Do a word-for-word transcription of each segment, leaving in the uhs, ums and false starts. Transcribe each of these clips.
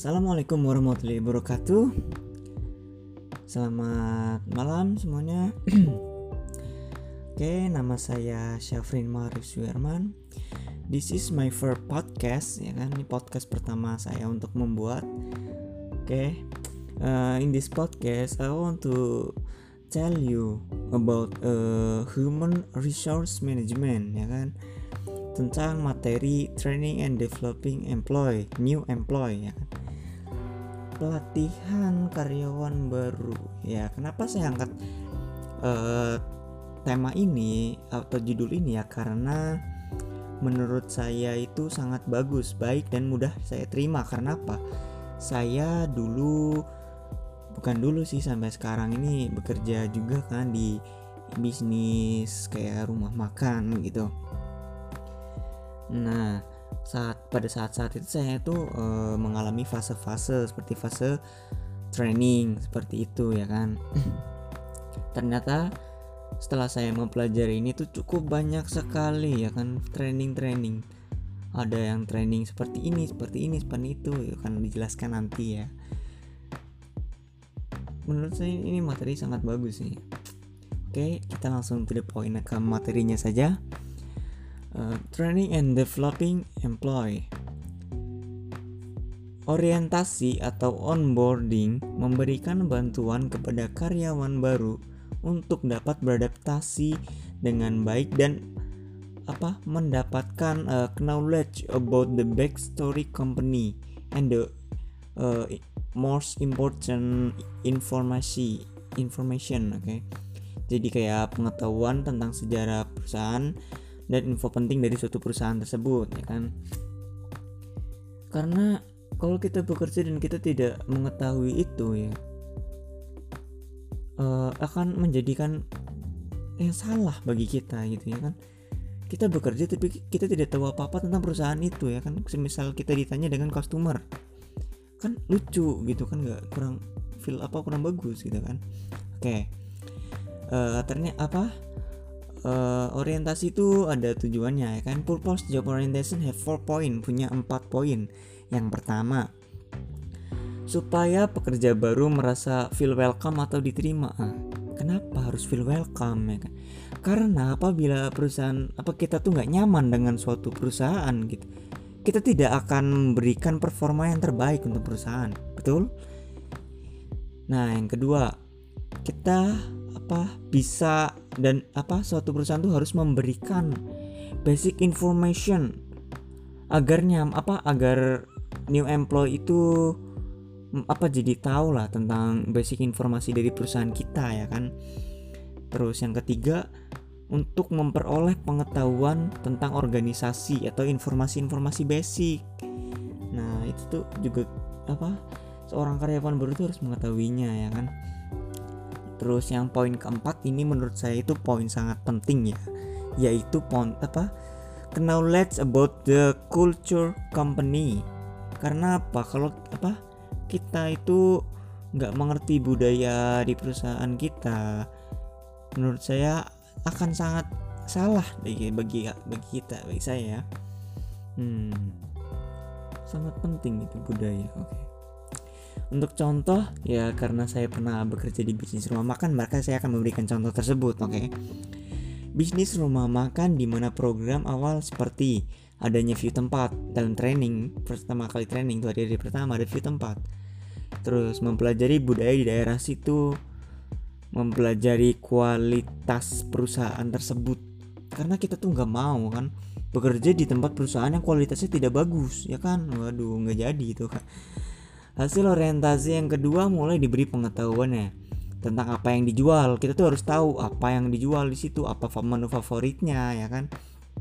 Assalamualaikum warahmatullahi wabarakatuh. Selamat malam semuanya. Oke, nama saya Syafrin Marius Suherman. This is my first podcast, ya kan? Ini podcast pertama saya untuk membuat. Oke, uh, in this podcast I want to tell you about uh, human resource management, ya kan? Tentang materi training and developing employee, new employee, ya kan? Pelatihan karyawan baru. Ya, kenapa saya angkat uh, tema ini atau judul ini ya? Karena menurut saya itu sangat bagus, baik dan mudah saya terima. Karena apa? Saya dulu bukan dulu sih sampai sekarang ini bekerja juga kan di bisnis kayak rumah makan gitu. Nah, saat pada saat-saat itu saya itu e, mengalami fase-fase seperti fase training seperti itu ya kan. Ternyata setelah saya mempelajari ini tuh cukup banyak sekali ya kan training-training. Ada yang training seperti ini, seperti ini, seperti itu ya kan, dijelaskan nanti ya. Menurut saya ini materi sangat bagus sih. Oke, kita langsung to the point ke materinya saja. Uh, training and developing employee. Orientasi atau onboarding memberikan bantuan kepada karyawan baru untuk dapat beradaptasi dengan baik dan apa mendapatkan uh, knowledge about the backstory company and the uh, most important information information oke okay? Jadi kayak pengetahuan tentang sejarah perusahaan dan info penting dari suatu perusahaan tersebut ya kan. Karena kalau kita bekerja dan kita tidak mengetahui itu ya uh, akan menjadikan yang salah bagi kita gitu ya kan. Kita bekerja tapi kita tidak tahu apa-apa tentang perusahaan itu ya kan. Semisal kita ditanya dengan customer, kan lucu gitu kan, nggak kurang feel apa kurang bagus gitu kan. Oke, okay. uh, ternyata apa Uh, orientasi itu ada tujuannya ya kan. Purpose job orientation have four point, punya empat poin. Yang pertama, supaya pekerja baru merasa feel welcome atau diterima. Ah, kenapa harus feel welcome ya kan? Karena apabila perusahaan apa kita tuh nggak nyaman dengan suatu perusahaan gitu, kita tidak akan memberikan performa yang terbaik untuk perusahaan, betul? Nah, yang kedua, kita apa bisa dan apa suatu perusahaan tuh harus memberikan basic information agar nyam apa agar new employee itu apa jadi tahu lah tentang basic informasi dari perusahaan kita ya kan. Terus yang ketiga, untuk memperoleh pengetahuan tentang organisasi atau informasi-informasi basic. Nah, itu tuh juga apa seorang karyawan baru tuh harus mengetahuinya ya kan. Terus yang poin keempat ini menurut saya itu poin sangat penting ya, yaitu poin apa knowledge about the culture company. Karena apa? Kalau apa kita itu nggak mengerti budaya di perusahaan kita, menurut saya akan sangat salah bagi bagi bagi kita bagi saya. Hmm, sangat penting itu budaya. Oke. Okay. Untuk contoh ya, karena saya pernah bekerja di bisnis rumah makan, maka saya akan memberikan contoh tersebut. Oke, okay? Bisnis rumah makan di mana program awal seperti adanya view tempat dalam training pertama kali training itu hari-hari pertama ada view tempat. Terus mempelajari budaya di daerah situ, mempelajari kualitas perusahaan tersebut. Karena kita tuh nggak mau kan bekerja di tempat perusahaan yang kualitasnya tidak bagus, ya kan? Waduh, nggak jadi itu kan. Hasil orientasi yang kedua mulai diberi pengetahuannya tentang apa yang dijual. Kita tuh harus tahu apa yang dijual di situ, apa menu favoritnya ya kan.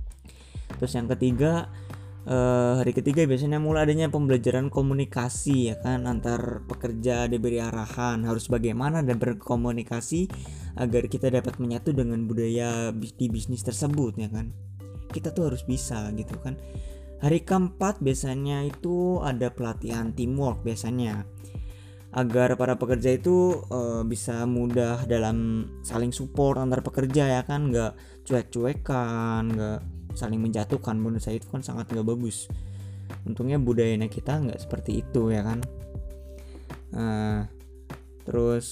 Terus yang ketiga, eh, hari ketiga biasanya mulai adanya pembelajaran komunikasi ya kan, antar pekerja diberi arahan harus bagaimana dan berkomunikasi agar kita dapat menyatu dengan budaya di bisnis tersebut ya kan. Kita tuh harus bisa gitu kan. Hari keempat biasanya itu ada pelatihan teamwork biasanya agar para pekerja itu e, bisa mudah dalam saling support antar pekerja ya kan, nggak cuek-cuekan, nggak saling menjatuhkan. Menurut saya itu kan sangat nggak bagus. Untungnya budayanya kita nggak seperti itu ya kan. Nah, terus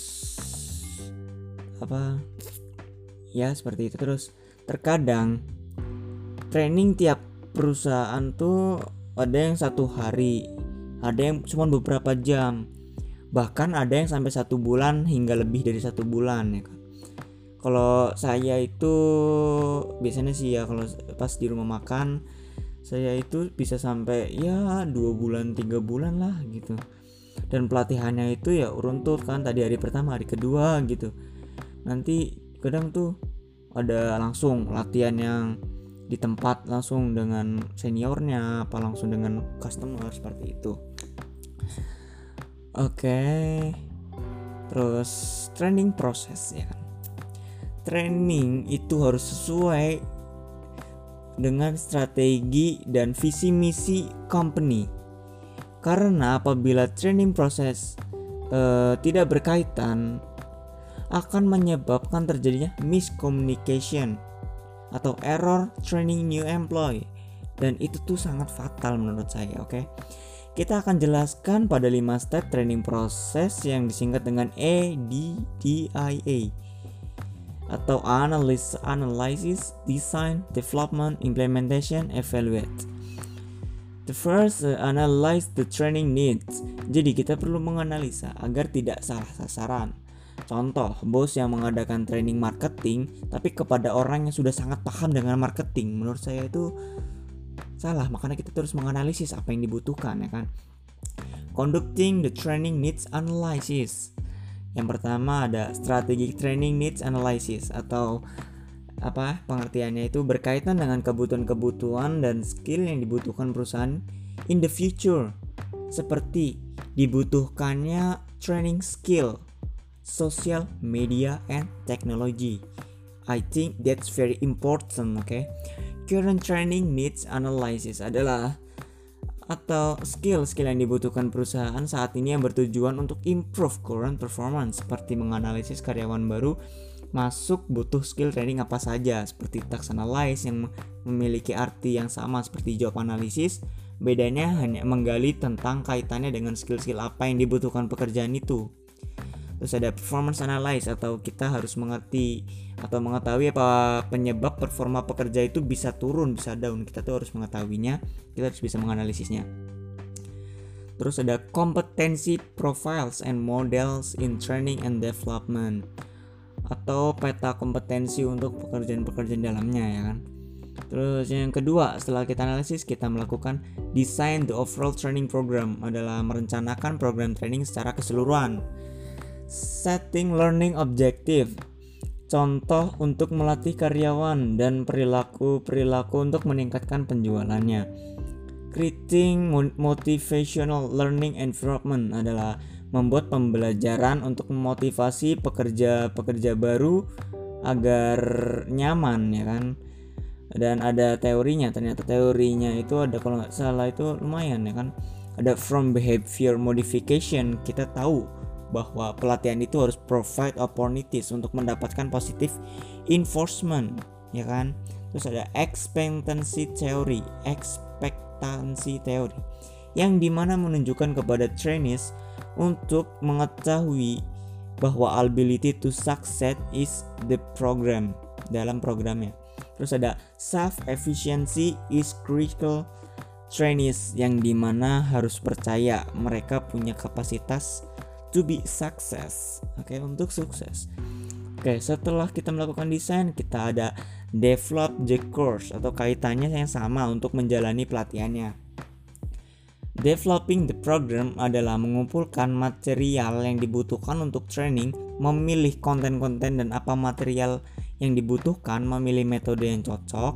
apa ya seperti itu. Terus terkadang training tiap perusahaan tuh ada yang satu hari, ada yang cuma beberapa jam, bahkan ada yang sampai satu bulan hingga lebih dari satu bulan ya kan. Kalau saya itu biasanya sih ya, kalau pas di rumah makan saya itu bisa sampai ya dua bulan tiga bulan lah gitu. Dan pelatihannya itu ya runtut kan, tadi hari pertama, hari kedua gitu. Nanti kadang tuh ada langsung latihan yang di tempat langsung dengan seniornya, apa langsung dengan customer seperti itu. Oke, terus training proses ya kan. Training itu harus sesuai dengan strategi dan visi misi company. Karena apabila training proses uh, tidak berkaitan, akan menyebabkan terjadinya miscommunication atau error training new employee, dan itu tuh sangat fatal menurut saya. Oke, okay? Kita akan jelaskan pada lima step training proses yang disingkat dengan A D D I A atau analysis, analysis, design, development, implementation, evaluate. The first, uh, analyze the training needs. Jadi kita perlu menganalisa agar tidak salah sasaran. Contoh, bos yang mengadakan training marketing tapi kepada orang yang sudah sangat paham dengan marketing, menurut saya itu salah. Makanya kita terus menganalisis apa yang dibutuhkan ya kan. Conducting the training needs analysis. Yang pertama ada strategic training needs analysis, atau apa pengertiannya itu berkaitan dengan kebutuhan-kebutuhan dan skill yang dibutuhkan perusahaan in the future, seperti dibutuhkannya training skill, social media and technology. I think that's very important. Okay, current training needs analysis adalah atau skill-skill yang dibutuhkan perusahaan saat ini yang bertujuan untuk improve current performance, seperti menganalisis karyawan baru masuk butuh skill training apa saja, seperti task analysis yang memiliki arti yang sama seperti job analysis. Bedanya hanya menggali tentang kaitannya dengan skill-skill apa yang dibutuhkan pekerjaan itu. Terus ada performance analysis, atau kita harus mengerti atau mengetahui apa penyebab performa pekerja itu bisa turun, bisa down. Kita tuh harus mengetahuinya, kita harus bisa menganalisisnya. Terus ada competency profiles and models in training and development, atau peta kompetensi untuk pekerjaan-pekerjaan dalamnya ya kan. Terus yang kedua, setelah kita analisis, kita melakukan design the overall training program, adalah merencanakan program training secara keseluruhan. Setting learning objective, contoh untuk melatih karyawan dan perilaku-perilaku untuk meningkatkan penjualannya. Creating motivational learning environment, adalah membuat pembelajaran untuk memotivasi pekerja-pekerja baru agar nyaman ya kan. Dan ada teorinya, ternyata teorinya itu ada, kalau nggak salah itu lumayan ya kan. Ada from behavior modification, kita tahu bahwa pelatihan itu harus provide opportunities untuk mendapatkan positive enforcement ya kan. Terus ada expectancy theory, expectancy theory yang dimana menunjukkan kepada trainees untuk mengetahui bahwa ability to succeed is the program, dalam programnya. Terus ada self efficiency is critical trainees, yang dimana harus percaya mereka punya kapasitas to be success, oke, okay, untuk sukses. Oke, okay, setelah kita melakukan desain, kita ada develop the course, atau kaitannya yang sama untuk menjalani pelatihannya. Developing the program adalah mengumpulkan material yang dibutuhkan untuk training, memilih konten-konten dan apa material yang dibutuhkan, memilih metode yang cocok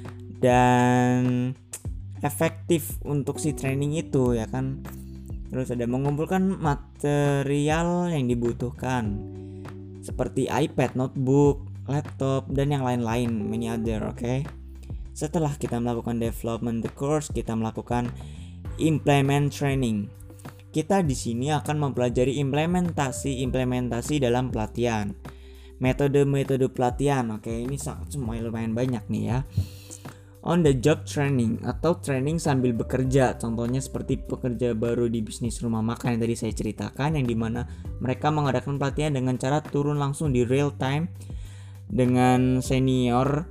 dan efektif untuk si training itu ya kan. Terus ada mengumpulkan material yang dibutuhkan seperti iPad, notebook, laptop, dan yang lain-lain, many other, oke. Okay? Setelah kita melakukan development the course, kita melakukan implement training. Kita di sini akan mempelajari implementasi-implementasi dalam pelatihan. Metode-metode pelatihan, oke, okay, ini semuanya lumayan banyak nih ya. On the job training atau training sambil bekerja, contohnya seperti pekerja baru di bisnis rumah makan yang tadi saya ceritakan, yang dimana mereka mengadakan pelatihan dengan cara turun langsung di real time dengan senior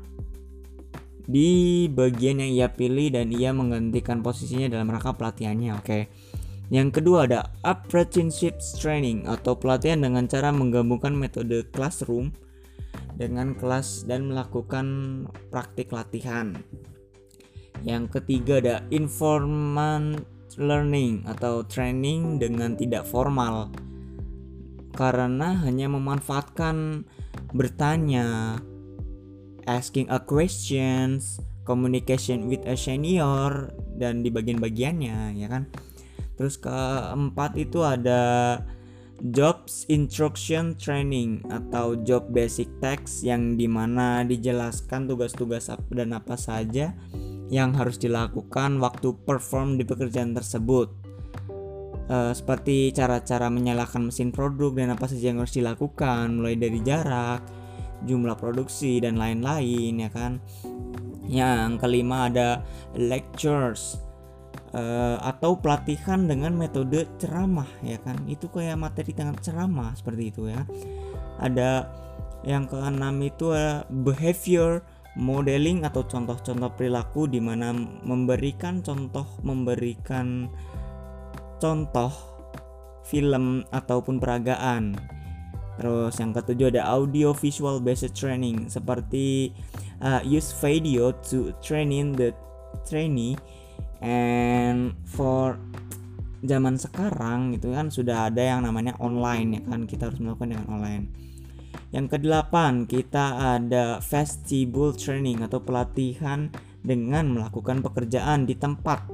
di bagian yang ia pilih dan ia menggantikan posisinya dalam rangka pelatihannya. Oke. Yang kedua ada apprenticeship training atau pelatihan dengan cara menggabungkan metode classroom dengan kelas dan melakukan praktik latihan. Yang ketiga ada informal learning atau training dengan tidak formal, karena hanya memanfaatkan bertanya, asking a questions, communication with a senior, dan di bagian-bagiannya, ya kan. Terus keempat itu ada Jobs Instruction Training atau Job Basic Text, yang dimana dijelaskan tugas-tugas dan apa saja yang harus dilakukan waktu perform di pekerjaan tersebut, e, seperti cara-cara menyalakan mesin produk dan apa saja yang harus dilakukan, mulai dari jarak, jumlah produksi, dan lain-lain, ya kan. Yang kelima ada Lectures Uh, atau pelatihan dengan metode ceramah, ya kan. Itu kayak materi dengan ceramah seperti itu, ya. Ada yang keenam itu uh, behavior modeling atau contoh-contoh perilaku, di mana memberikan contoh memberikan contoh film ataupun peragaan. Terus yang ketujuh ada audio visual based training, seperti uh, use video to training the trainee. And for zaman sekarang itu kan sudah ada yang namanya online, ya kan, kita harus melakukan dengan online. Yang kedelapan kita ada vestibule training atau pelatihan dengan melakukan pekerjaan di tempat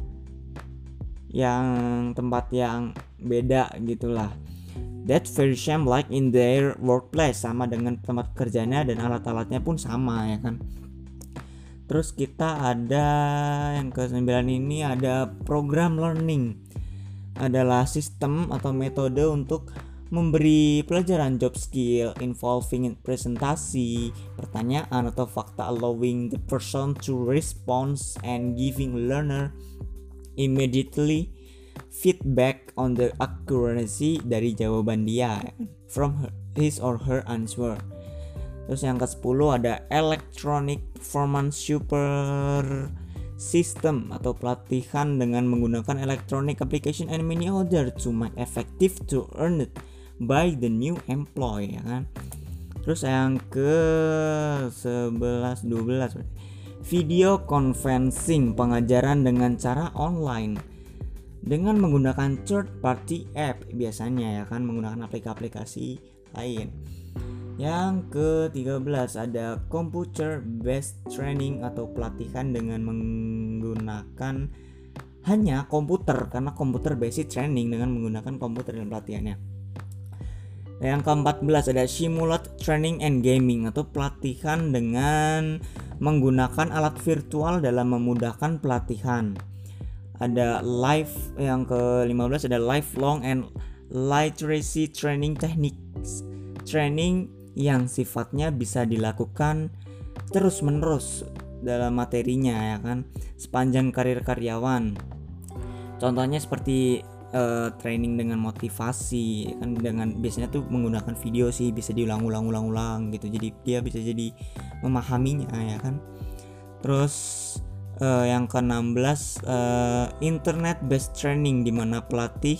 yang tempat yang beda gitulah. That very same like in their workplace, sama dengan tempat kerjanya dan alat-alatnya pun sama, ya kan. Terus kita ada yang kesembilan ini ada program learning, adalah sistem atau metode untuk memberi pelajaran job skill involving presentasi, pertanyaan atau fakta, allowing the person to respond and giving learner immediately feedback on the accuracy dari jawaban dia from her, his or her answer. Terus yang ke sepuluh ada Electronic Performance Super System atau pelatihan dengan menggunakan electronic application and many other to make effective to earn it by the new employee, ya kan. Terus yang ke sebelas dua belas video conferencing, pengajaran dengan cara online dengan menggunakan third party app biasanya, ya kan, menggunakan aplikasi lain. Yang ke tiga belas ada computer based training atau pelatihan dengan menggunakan hanya komputer, karena komputer basic training dengan menggunakan komputer dan pelatihannya. Yang ke empat belas ada simulate training and gaming atau pelatihan dengan menggunakan alat virtual dalam memudahkan pelatihan. Ada live, yang ke lima belas ada lifelong and literacy training techniques, training yang sifatnya bisa dilakukan terus-menerus dalam materinya, ya kan, sepanjang karir karyawan. Contohnya seperti uh, training dengan motivasi, kan, dengan biasanya tuh menggunakan video sih, bisa diulang-ulang-ulang-ulang gitu, jadi dia bisa jadi memahaminya, ya kan. Terus uh, yang ke enam belas uh, internet based training, di mana pelatih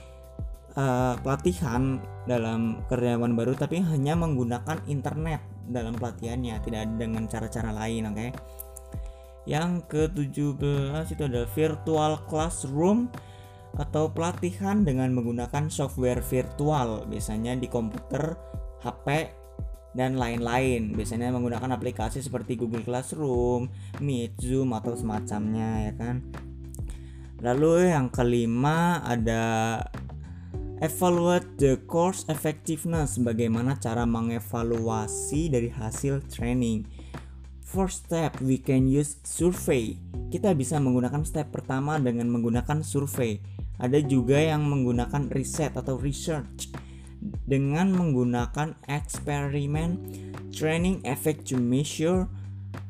uh, pelatihan dalam karyawan baru tapi hanya menggunakan internet dalam pelatihannya, tidak dengan cara-cara lain, oke. Okay? Yang ke tujuh belas itu ada virtual classroom atau pelatihan dengan menggunakan software virtual, biasanya di komputer, H P, dan lain-lain. Biasanya menggunakan aplikasi seperti Google Classroom, Meet, Zoom, atau semacamnya, ya kan. Lalu yang kelima ada evaluate the course effectiveness, bagaimana cara mengevaluasi dari hasil training. First step, we can use survey. Kita bisa menggunakan step pertama dengan menggunakan survei. Ada juga yang menggunakan riset atau research dengan menggunakan eksperimen, training effect to measure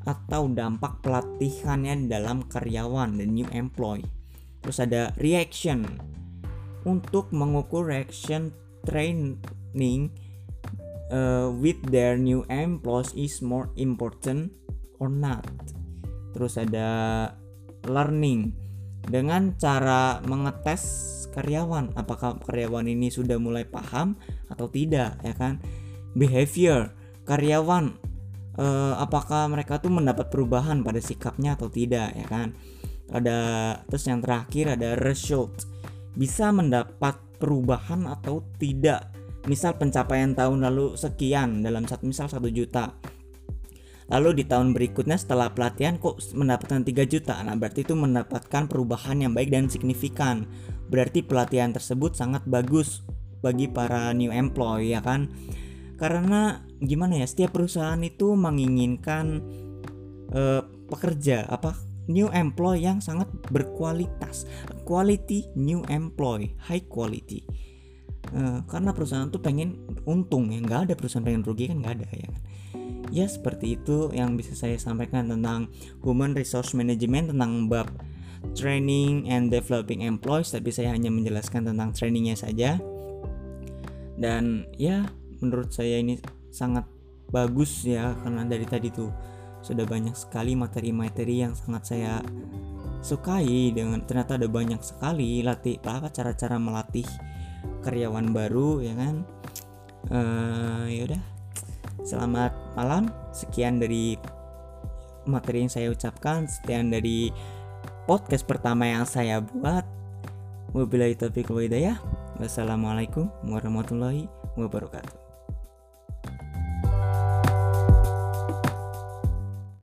atau dampak pelatihannya dalam karyawan dan new employee. Terus ada reaction, untuk mengukur reaction training uh, with their new employees is more important or not. Terus ada learning, dengan cara mengetes karyawan apakah karyawan ini sudah mulai paham atau tidak, ya kan. Behavior, karyawan uh, apakah mereka tuh mendapat perubahan pada sikapnya atau tidak, ya kan. Ada terus yang terakhir ada result, bisa mendapat perubahan atau tidak. Misal pencapaian tahun lalu sekian dalam satu misal satu juta. Lalu di tahun berikutnya setelah pelatihan kok mendapatkan tiga juta. Nah, berarti itu mendapatkan perubahan yang baik dan signifikan. Berarti pelatihan tersebut sangat bagus bagi para new employee, ya kan? Karena gimana ya, setiap perusahaan itu menginginkan uh, pekerja apa new employee yang sangat berkualitas, quality new employee, high quality. Uh, karena perusahaan tuh pengen untung, ya nggak ada perusahaan pengen rugi, kan nggak ada, ya kan. Ya seperti itu yang bisa saya sampaikan tentang human resource management, tentang bab training and developing employees. Tapi saya hanya menjelaskan tentang trainingnya saja. Dan ya menurut saya ini sangat bagus ya, karena dari tadi tuh sudah banyak sekali materi-materi yang sangat saya sukai. Dengan ternyata ada banyak sekali latih apa cara-cara melatih karyawan baru, ya kan. Uh, ya udah, selamat malam. Sekian dari materi yang saya ucapkan, sekian dari podcast pertama yang saya buat. Wabillahi taufiq wal hidayah. Wassalamualaikum warahmatullahi wabarakatuh.